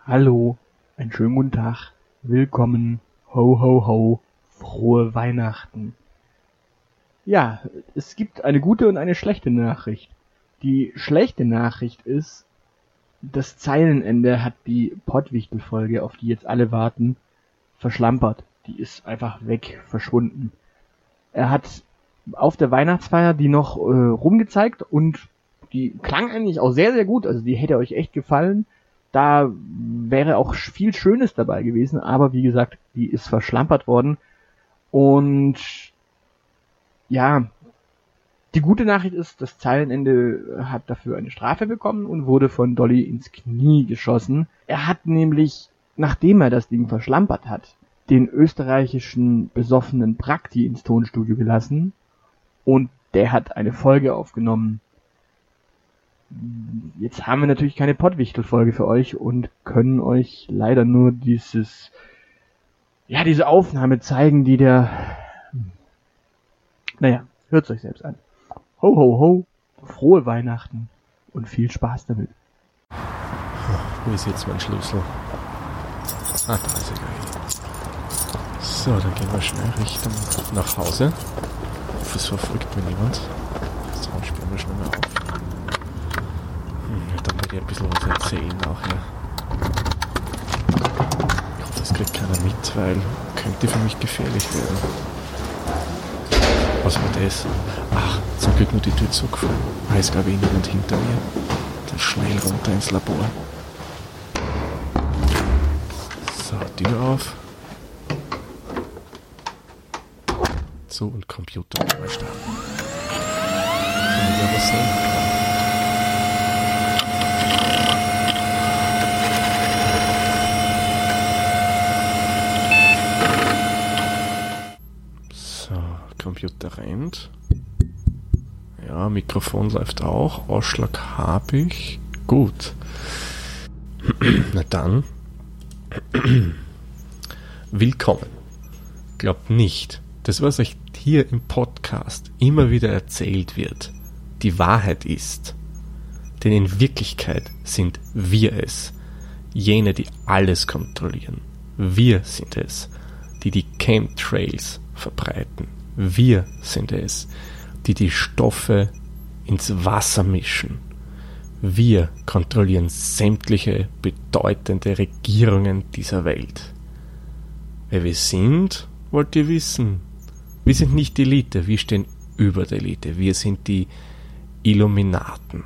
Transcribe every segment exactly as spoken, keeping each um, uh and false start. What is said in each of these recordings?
Hallo, einen schönen guten Tag, willkommen, ho ho ho, frohe Weihnachten. Ja, es gibt eine gute und eine schlechte Nachricht. Die schlechte Nachricht ist, das Zeilenende hat die Pottwichtel-Folge, auf die jetzt alle warten, verschlampert. Die ist einfach weg, verschwunden. Er hat auf der Weihnachtsfeier die noch äh, rumgezeigt und die klang eigentlich auch sehr, sehr gut. Also die hätte euch echt gefallen. Da wäre auch viel Schönes dabei gewesen, aber wie gesagt, die ist verschlampert worden. Und ja, die gute Nachricht ist, das Zeilenende hat dafür eine Strafe bekommen und wurde von Dolly ins Knie geschossen. Er hat nämlich, nachdem er das Ding verschlampert hat, den österreichischen besoffenen Prakti ins Tonstudio gelassen und der hat eine Folge aufgenommen. Jetzt haben wir natürlich keine Pottwichtel-Folge für euch und können euch leider nur dieses, ja, diese Aufnahme zeigen, die der, naja, hört's euch selbst an. Ho, ho, ho, frohe Weihnachten und viel Spaß damit. Wo ist jetzt mein Schlüssel? Ah, da ist er gleich. So, dann gehen wir schnell Richtung nach Hause. Das verfolgt mir niemand. So, dann spielen wir schnell mal auf. Hm, dann werde ich ein bisschen was erzählen nachher. Ich hoffe, das kriegt keiner mit, weil könnte für mich gefährlich werden. Was war das? Ach, zum Glück nur die Tür zugefallen. Da ist, glaube ich, niemand hinter mir. Dann schnell runter ins Labor. So, Tür auf. So, und Computer mal starten. Kann ich ja was sehen? Computer rennt. Ja, Mikrofon läuft auch. Ausschlag habe ich. Gut. Na dann. Willkommen. Glaubt nicht, dass was euch hier im Podcast immer wieder erzählt wird, die Wahrheit ist. Denn in Wirklichkeit sind wir es. Jene, die alles kontrollieren. Wir sind es, die die Chemtrails verbreiten. Wir sind es, die die Stoffe ins Wasser mischen. Wir kontrollieren sämtliche bedeutende Regierungen dieser Welt. Wer wir sind, wollt ihr wissen. Wir sind nicht die Elite, wir stehen über der Elite. Wir sind die Illuminaten.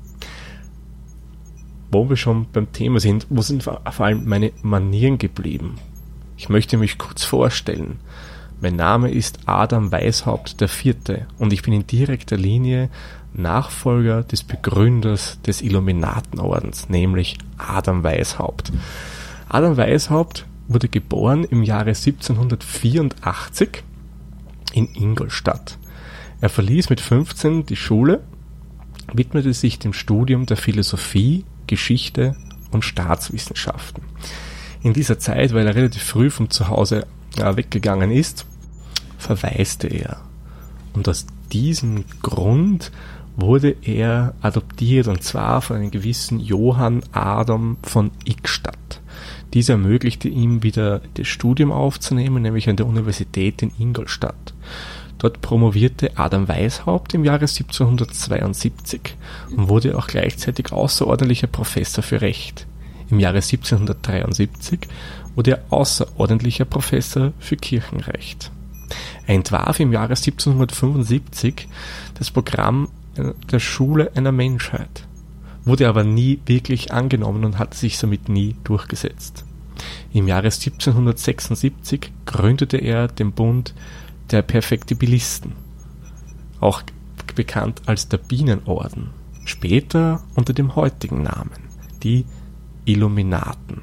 Wo wir schon beim Thema sind, wo sind vor allem meine Manieren geblieben? Ich möchte mich kurz vorstellen. Mein Name ist Adam Weishaupt der Vierte und ich bin in direkter Linie Nachfolger des Begründers des Illuminatenordens, nämlich Adam Weishaupt. Adam Weishaupt wurde geboren im Jahre siebzehnhundertvierundachtzig in Ingolstadt. Er verließ mit fünfzehn die Schule, widmete sich dem Studium der Philosophie, Geschichte und Staatswissenschaften. In dieser Zeit, weil er relativ früh von zu Hause ja, weggegangen ist, verwaiste er. Und aus diesem Grund wurde er adoptiert, und zwar von einem gewissen Johann Adam von Ickstadt. Dies ermöglichte ihm wieder das Studium aufzunehmen, nämlich an der Universität in Ingolstadt. Dort promovierte Adam Weishaupt im Jahre siebzehnhundertzweiundsiebzig und wurde auch gleichzeitig außerordentlicher Professor für Recht. Im Jahre siebzehnhundertdreiundsiebzig wurde er außerordentlicher Professor für Kirchenrecht. Er entwarf im Jahre siebzehnhundertfünfundsiebzig das Programm der Schule einer Menschheit, wurde aber nie wirklich angenommen und hat sich somit nie durchgesetzt. Im Jahre siebzehnhundertsechsundsiebzig gründete er den Bund der Perfektibilisten, auch bekannt als der Bienenorden, später unter dem heutigen Namen, die Illuminaten.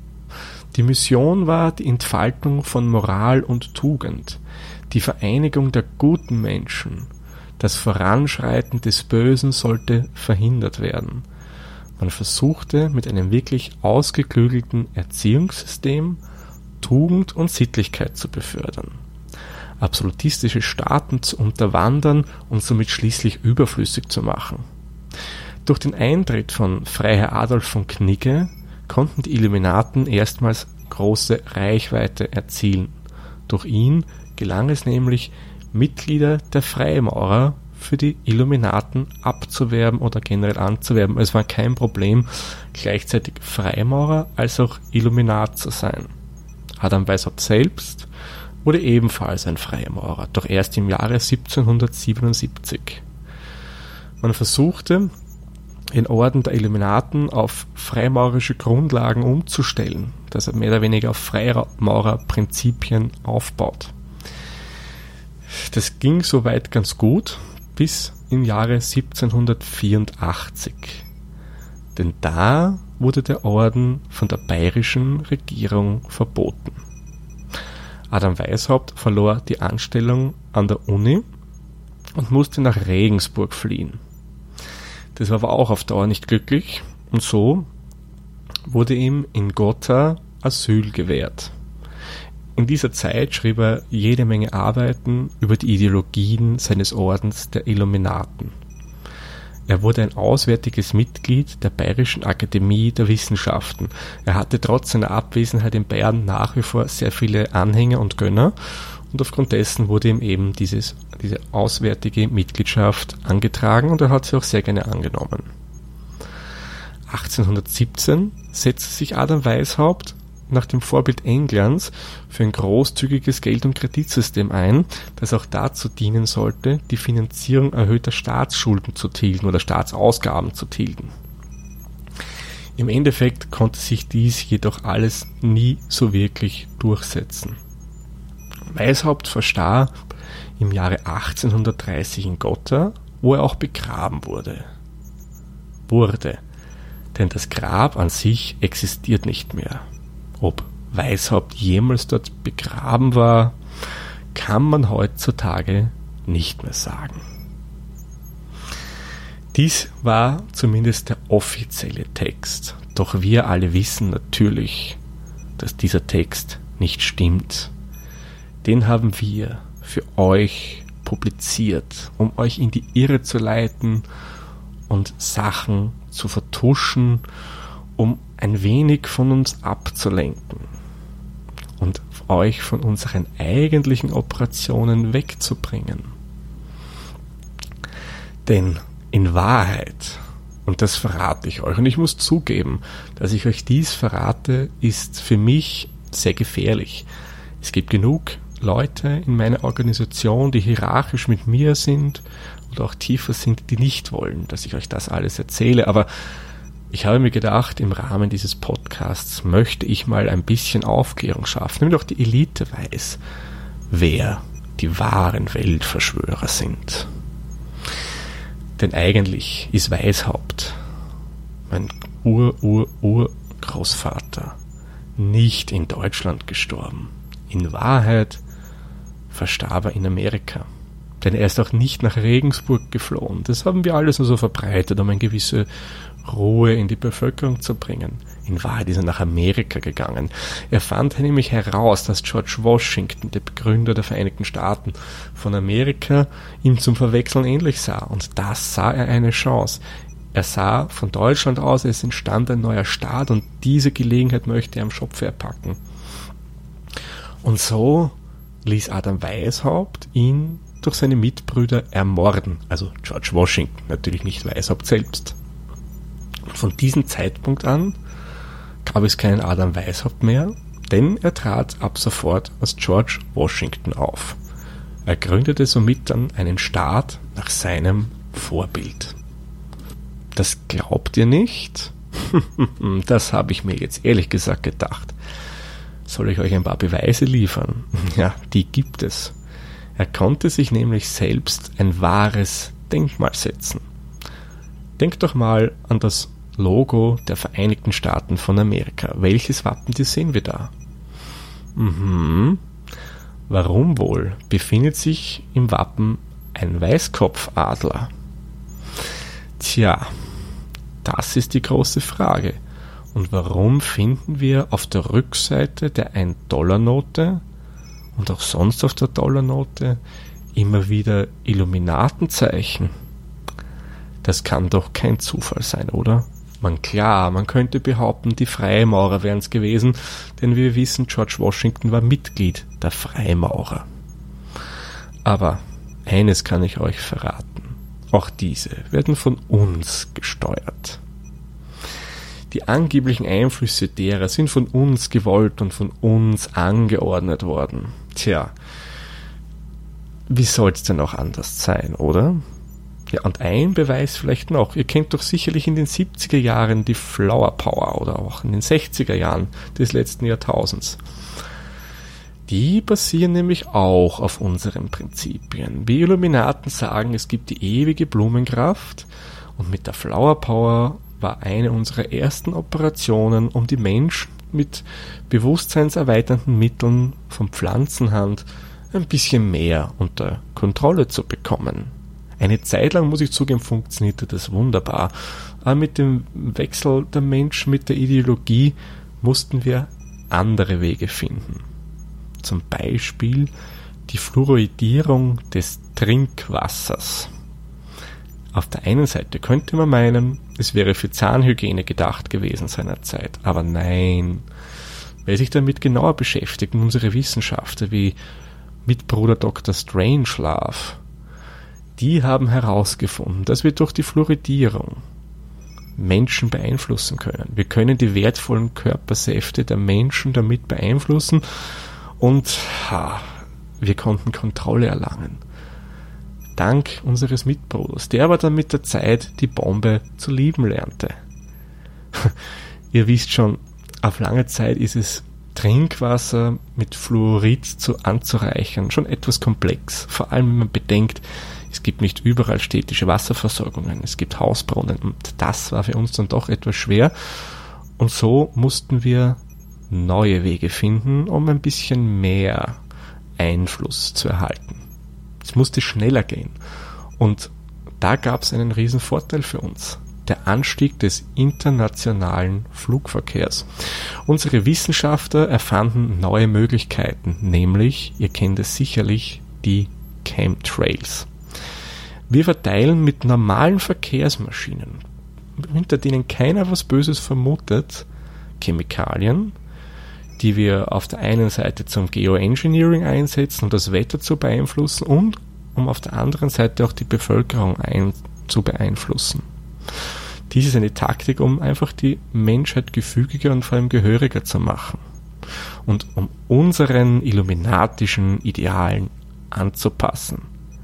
Die Mission war die Entfaltung von Moral und Tugend, die Vereinigung der guten Menschen. Das Voranschreiten des Bösen sollte verhindert werden. Man versuchte mit einem wirklich ausgeklügelten Erziehungssystem Tugend und Sittlichkeit zu befördern, absolutistische Staaten zu unterwandern und somit schließlich überflüssig zu machen. Durch den Eintritt von Freiherr Adolf von Knigge konnten die Illuminaten erstmals große Reichweite erzielen. Durch ihn gelang es nämlich, Mitglieder der Freimaurer für die Illuminaten abzuwerben oder generell anzuwerben. Es war kein Problem, gleichzeitig Freimaurer als auch Illuminat zu sein. Adam Weishaupt selbst wurde ebenfalls ein Freimaurer, doch erst im Jahre siebzehnhundertsiebenundsiebzig. Man versuchte, den Orden der Illuminaten auf freimaurerische Grundlagen umzustellen, dass er mehr oder weniger auf Freimaurerprinzipien aufbaut. Das ging soweit ganz gut, bis im Jahre siebzehnhundertvierundachtzig. Denn da wurde der Orden von der bayerischen Regierung verboten. Adam Weishaupt verlor die Anstellung an der Uni und musste nach Regensburg fliehen. Das war aber auch auf Dauer nicht glücklich und so wurde ihm in Gotha Asyl gewährt. In dieser Zeit schrieb er jede Menge Arbeiten über die Ideologien seines Ordens der Illuminaten. Er wurde ein auswärtiges Mitglied der Bayerischen Akademie der Wissenschaften. Er hatte trotz seiner Abwesenheit in Bayern nach wie vor sehr viele Anhänger und Gönner und aufgrund dessen wurde ihm eben dieses, diese auswärtige Mitgliedschaft angetragen und er hat sie auch sehr gerne angenommen. achtzehnhundertsiebzehn setzte sich Adam Weishaupt nach dem Vorbild Englands für ein großzügiges Geld- und Kreditsystem ein, das auch dazu dienen sollte, die Finanzierung erhöhter Staatsschulden zu tilgen oder Staatsausgaben zu tilgen. Im Endeffekt konnte sich dies jedoch alles nie so wirklich durchsetzen. Weishaupt verstarb im Jahre achtzehnhundertdreißig in Gotha, wo er auch begraben wurde. Wurde. Denn das Grab an sich existiert nicht mehr. Ob Weishaupt jemals dort begraben war, kann man heutzutage nicht mehr sagen. Dies war zumindest der offizielle Text. Doch wir alle wissen natürlich, dass dieser Text nicht stimmt. Den haben wir für euch publiziert, um euch in die Irre zu leiten und Sachen zu vertuschen, um ein wenig von uns abzulenken und euch von unseren eigentlichen Operationen wegzubringen. Denn in Wahrheit, und das verrate ich euch, und ich muss zugeben, dass ich euch dies verrate, ist für mich sehr gefährlich. Es gibt genug Leute in meiner Organisation, die hierarchisch mit mir sind oder auch tiefer sind, die nicht wollen, dass ich euch das alles erzähle, aber ich habe mir gedacht, im Rahmen dieses Podcasts möchte ich mal ein bisschen Aufklärung schaffen, damit auch die Elite weiß, wer die wahren Weltverschwörer sind. Denn eigentlich ist Weishaupt, mein Ur-Ur-Urgroßvater, nicht in Deutschland gestorben. In Wahrheit verstarb er in Amerika. Denn er ist auch nicht nach Regensburg geflohen. Das haben wir alles nur so verbreitet, um eine gewisse Ruhe in die Bevölkerung zu bringen. In Wahrheit ist er nach Amerika gegangen. Er fand nämlich heraus, dass George Washington, der Begründer der Vereinigten Staaten von Amerika, ihm zum Verwechseln ähnlich sah. Und das sah er eine Chance. Er sah von Deutschland aus, es entstand ein neuer Staat und diese Gelegenheit möchte er am Schopfe erpacken. Und so ließ Adam Weishaupt ihn durch seine Mitbrüder ermorden. Also George Washington, natürlich nicht Weishaupt selbst. Von diesem Zeitpunkt an gab es keinen Adam Weishaupt mehr, denn er trat ab sofort als George Washington auf. Er gründete somit dann einen Staat nach seinem Vorbild. Das glaubt ihr nicht? Das habe ich mir jetzt ehrlich gesagt gedacht. Soll ich euch ein paar Beweise liefern? Ja, die gibt es. Er konnte sich nämlich selbst ein wahres Denkmal setzen. Denkt doch mal an das Logo der Vereinigten Staaten von Amerika. Welches Wappen, die sehen wir da? Mhm. Warum wohl befindet sich im Wappen ein Weißkopfadler? Tja, das ist die große Frage. Und warum finden wir auf der Rückseite der ein-Dollar-Note und auch sonst auf der Dollarnote immer wieder Illuminatenzeichen? Das kann doch kein Zufall sein, oder? Man klar, man könnte behaupten, die Freimaurer wären es gewesen, denn wie wir wissen, George Washington war Mitglied der Freimaurer. Aber eines kann ich euch verraten, auch diese werden von uns gesteuert. Die angeblichen Einflüsse derer sind von uns gewollt und von uns angeordnet worden. Tja, wie soll's denn auch anders sein, oder? Ja, und ein Beweis vielleicht noch. Ihr kennt doch sicherlich in den siebziger Jahren die Flower Power oder auch in den sechziger Jahren des letzten Jahrtausends. Die basieren nämlich auch auf unseren Prinzipien. Wir Illuminaten sagen, es gibt die ewige Blumenkraft und mit der Flower Power war eine unserer ersten Operationen, um die Menschen mit bewusstseinserweiternden Mitteln von Pflanzenhand ein bisschen mehr unter Kontrolle zu bekommen. Eine Zeit lang, muss ich zugeben, funktionierte das wunderbar. Aber mit dem Wechsel der Menschen mit der Ideologie mussten wir andere Wege finden. Zum Beispiel die Fluoridierung des Trinkwassers. Auf der einen Seite könnte man meinen, es wäre für Zahnhygiene gedacht gewesen seinerzeit. Aber nein, wer sich damit genauer beschäftigt, unsere Wissenschaftler wie Mitbruder Doktor Strangelove, die haben herausgefunden, dass wir durch die Fluoridierung Menschen beeinflussen können. Wir können die wertvollen Körpersäfte der Menschen damit beeinflussen und ha, wir konnten Kontrolle erlangen. Dank unseres Mitbruders, der aber dann mit der Zeit die Bombe zu lieben lernte. Ihr wisst schon, auf lange Zeit ist es Trinkwasser mit Fluorid zu anzureichern schon etwas komplex, vor allem wenn man bedenkt, es gibt nicht überall städtische Wasserversorgungen, es gibt Hausbrunnen und das war für uns dann doch etwas schwer und so mussten wir neue Wege finden, um ein bisschen mehr Einfluss zu erhalten. Es musste schneller gehen und da gab es einen riesen Vorteil für uns. Der Anstieg des internationalen Flugverkehrs. Unsere Wissenschaftler erfanden neue Möglichkeiten, nämlich, ihr kennt es sicherlich, die Chemtrails. Wir verteilen mit normalen Verkehrsmaschinen, hinter denen keiner was Böses vermutet, Chemikalien, die wir auf der einen Seite zum Geoengineering einsetzen, um das Wetter zu beeinflussen und um auf der anderen Seite auch die Bevölkerung ein, zu beeinflussen. Dies ist eine Taktik, um einfach die Menschheit gefügiger und vor allem gehöriger zu machen und um unseren illuminatischen Idealen anzupassen.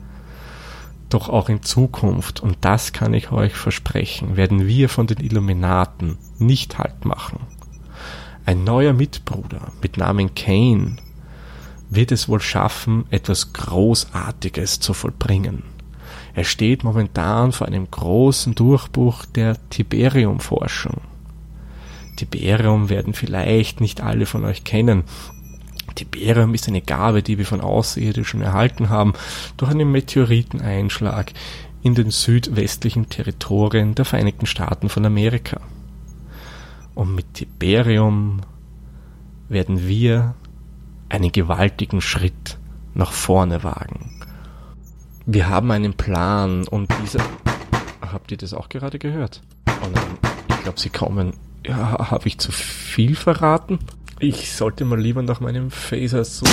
Doch auch in Zukunft, und das kann ich euch versprechen, werden wir von den Illuminaten nicht Halt machen. Ein neuer Mitbruder mit Namen Kane wird es wohl schaffen, etwas Großartiges zu vollbringen. Er steht momentan vor einem großen Durchbruch der Tiberium-Forschung. Tiberium werden vielleicht nicht alle von euch kennen. Tiberium ist eine Gabe, die wir von Außerirdischen erhalten haben, durch einen Meteoriteneinschlag in den südwestlichen Territorien der Vereinigten Staaten von Amerika. Und mit Tiberium werden wir einen gewaltigen Schritt nach vorne wagen. Wir haben einen Plan und dieser... Habt ihr das auch gerade gehört? Oh nein, ich glaube, sie kommen... Ja, habe ich zu viel verraten? Ich sollte mal lieber nach meinem Phaser suchen.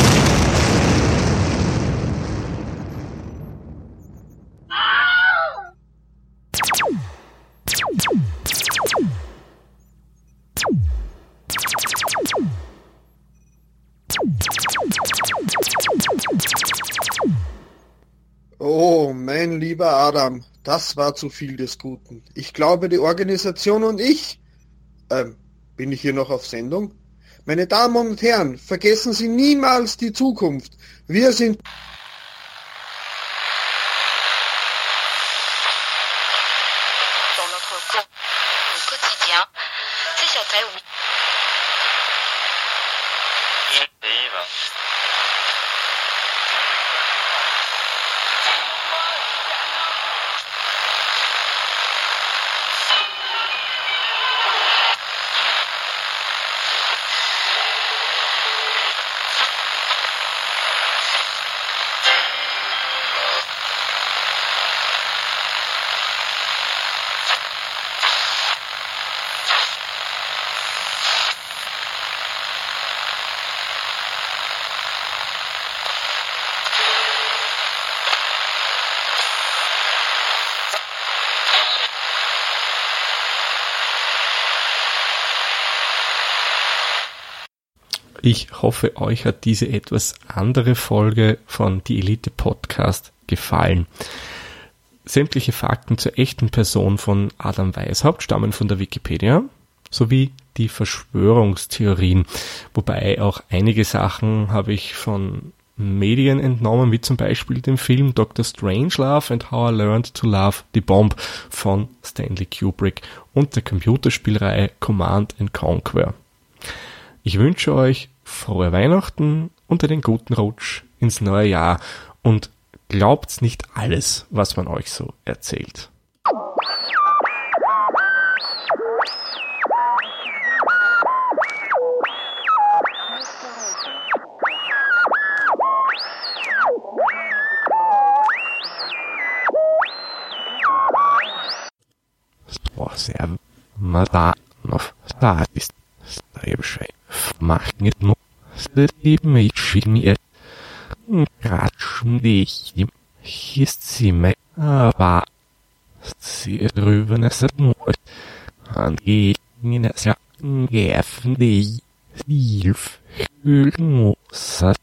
Oh, mein lieber Adam, das war zu viel des Guten. Ich glaube, die Organisation und ich... Ähm, bin ich hier noch auf Sendung? Meine Damen und Herren, vergessen Sie niemals die Zukunft. Wir sind... Ich hoffe, euch hat diese etwas andere Folge von Die Elite Podcast gefallen. Sämtliche Fakten zur echten Person von Adam Weishaupt stammen von der Wikipedia, sowie die Verschwörungstheorien, wobei auch einige Sachen habe ich von Medien entnommen, wie zum Beispiel dem Film Doctor Strangelove and How I Learned to Love the Bomb von Stanley Kubrick und der Computerspielreihe Command and Conquer. Ich wünsche euch frohe Weihnachten und einen guten Rutsch ins neue Jahr und glaubt's nicht alles, was man euch so erzählt. Sehr mal da noch da ist macht nicht nur eben ich schicken ihr ratschen dich ist sie mir aber sie drüben es nur an gegen es ja geffen die hilf muss